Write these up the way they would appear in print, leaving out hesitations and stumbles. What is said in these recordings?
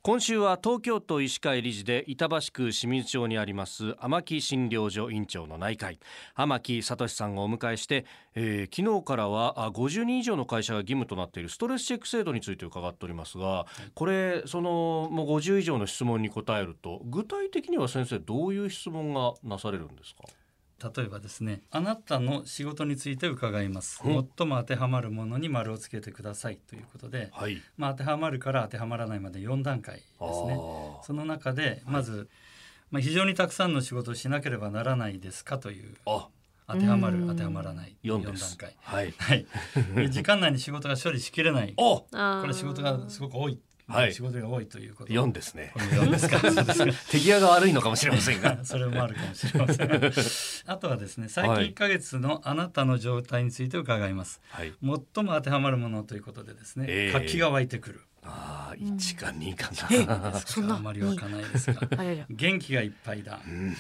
今週は東京都医師会理事で板橋区清水町にあります天木診療所院長の内科医天木聡さんをお迎えして、昨日からは50人以上の会社が義務となっているストレスチェック制度について伺っておりますが、これもう50以上の質問に答えると、具体的には先生どういう質問がなされるんですか？ 例えばですね、あなたの仕事について伺います、最も当てはまるものに丸をつけてくださいということで、はい、当てはまるから当てはまらないまで4段階ですね。その中でまず、非常にたくさんの仕事をしなければならないですかという当てはまる当てはまらない4段階、はいはい、時間内に仕事が処理しきれないこれ仕事がすごく多い、はい、仕事が多いということ。 4ですね。 4ですか。そうですか。 手際が悪いのかもしれませんがそれもあるかもしれませんあとはですね、最近1ヶ月のあなたの状態について伺います、はい、最も当てはまるものということでですね、活気が湧いてくる。 1か2かな。 そんなあまり湧かないですか元気がいっぱいだ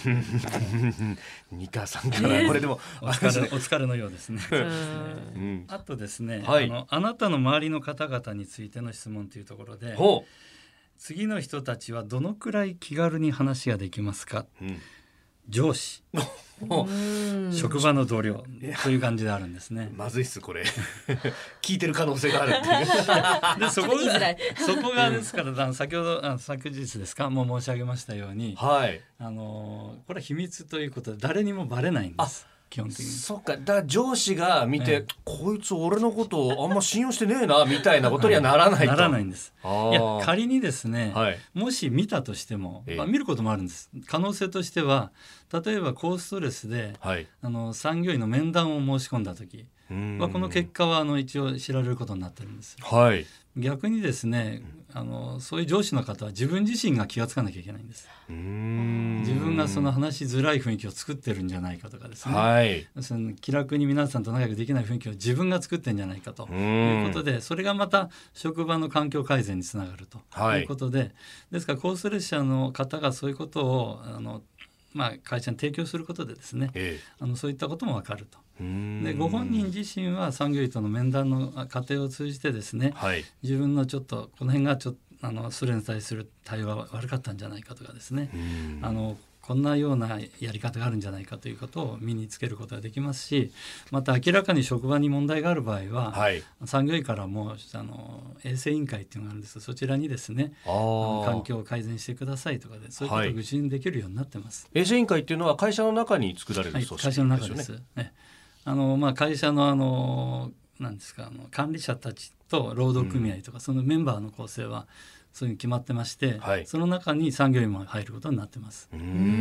2か3かな。これでもお疲れのようですねあとですね、はい、あなたの周りの方々についての質問というところで、次の人たちはどのくらい気軽に話ができますか、上司職場の同僚という感じであるんですね。 まずいっすこれ聞いてる可能性があるっていうでそこがですから昨日ですかもう申し上げましたように、はい、これは秘密ということで誰にもバレないんです。基本的にそっか。だから上司が見て、こいつ俺のことをあんま信用してねえなみたいなことにはならないとならないんです。いや仮にですね、はい、もし見たとしても、見ることもあるんです。可能性としては例えば高ストレスで、はい、産業医の面談を申し込んだ時はこの結果は一応知られることになってるんです、はい、逆にですねそういう上司の方は自分自身が気がつかなきゃいけないんです。自分が話しづらい雰囲気を作ってるんじゃないかとかですね、はい、気楽に皆さんと仲良くできない雰囲気を自分が作ってるんじゃないかということで、それがまた職場の環境改善につながるということで、ですから高ストレス者の方がそういうことを会社に提供することでですね、そういったことも分かると。でご本人自身は産業医との面談の過程を通じてですね、はい、自分のちょっとこの辺がそれに対する対応が悪かったんじゃないかとかですね、こんなようなやり方があるんじゃないかということを身につけることができますし、また明らかに職場に問題がある場合は、はい、産業医からも衛生委員会っていうのがあるんです。そちらにですね環境を改善してくださいとかでそういうことを愚痴にできるようになってます、 衛生委員会っていうのは会社の中に作られる組織ですよね。 会社の中です、ね。会社のなんですか管理者たちと労働組合とか、そのメンバーの構成はそういうに決まってまして、はい、その中に産業医も入ることになってます。 な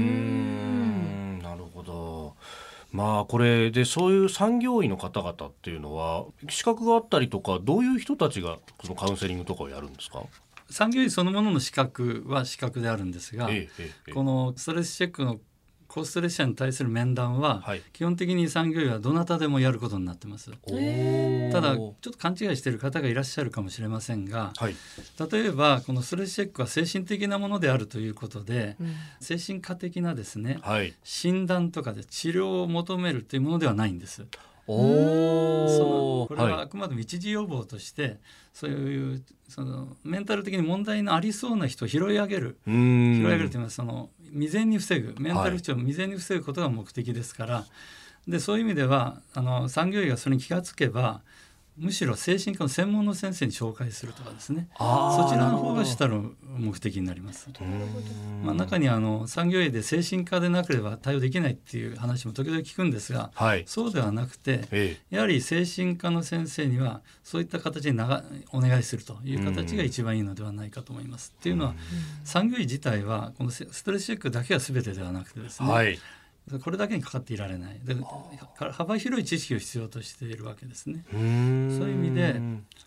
るほど。これでそういう産業医の方々っていうのは資格があったりとか、どういう人たちがそのカウンセリングとかをやるんですか？ 産業医そのものの資格は資格であるんですが、このストレスチェックの高ストレス者に対する面談は、はい、基本的に産業医はどなたでもやることになってます。ただちょっと勘違いしている方がいらっしゃるかもしれませんが、はい、例えばこのストレスチェックは精神的なものであるということで、精神科的なですね、はい、診断とかで治療を求めるというものではないんです。これはあくまでも一時予防として、そういうメンタル的に問題のありそうな人を拾い上げるというのは未然に防ぐ、メンタル不調を未然に防ぐことが目的ですから、でそういう意味では産業医がそれに気がつけばむしろ精神科の専門の先生に紹介するとかですね、そちらの方が主たる目的になります。中には産業医で精神科でなければ対応できないっていう話も時々聞くんですが、はい、そうではなくて、やはり精神科の先生にはそういった形でお願いするという形が一番いいのではないかと思います。っていうのは産業医自体はこのストレスチェックだけは全てではなくてですね、はい、これだけにかかっていられない。で幅広い知識を必要としているわけですね。そういう意味で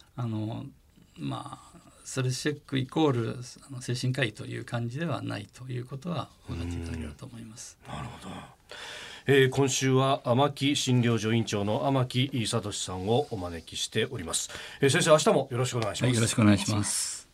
ストレスチェックイコール精神科医という感じではないということは分かっていただけると思います。 なるほど。今週は天木診療所院長の天木聡さんをお招きしております。先生、明日もよろしくお願いします。 はい、よろしくお願いします。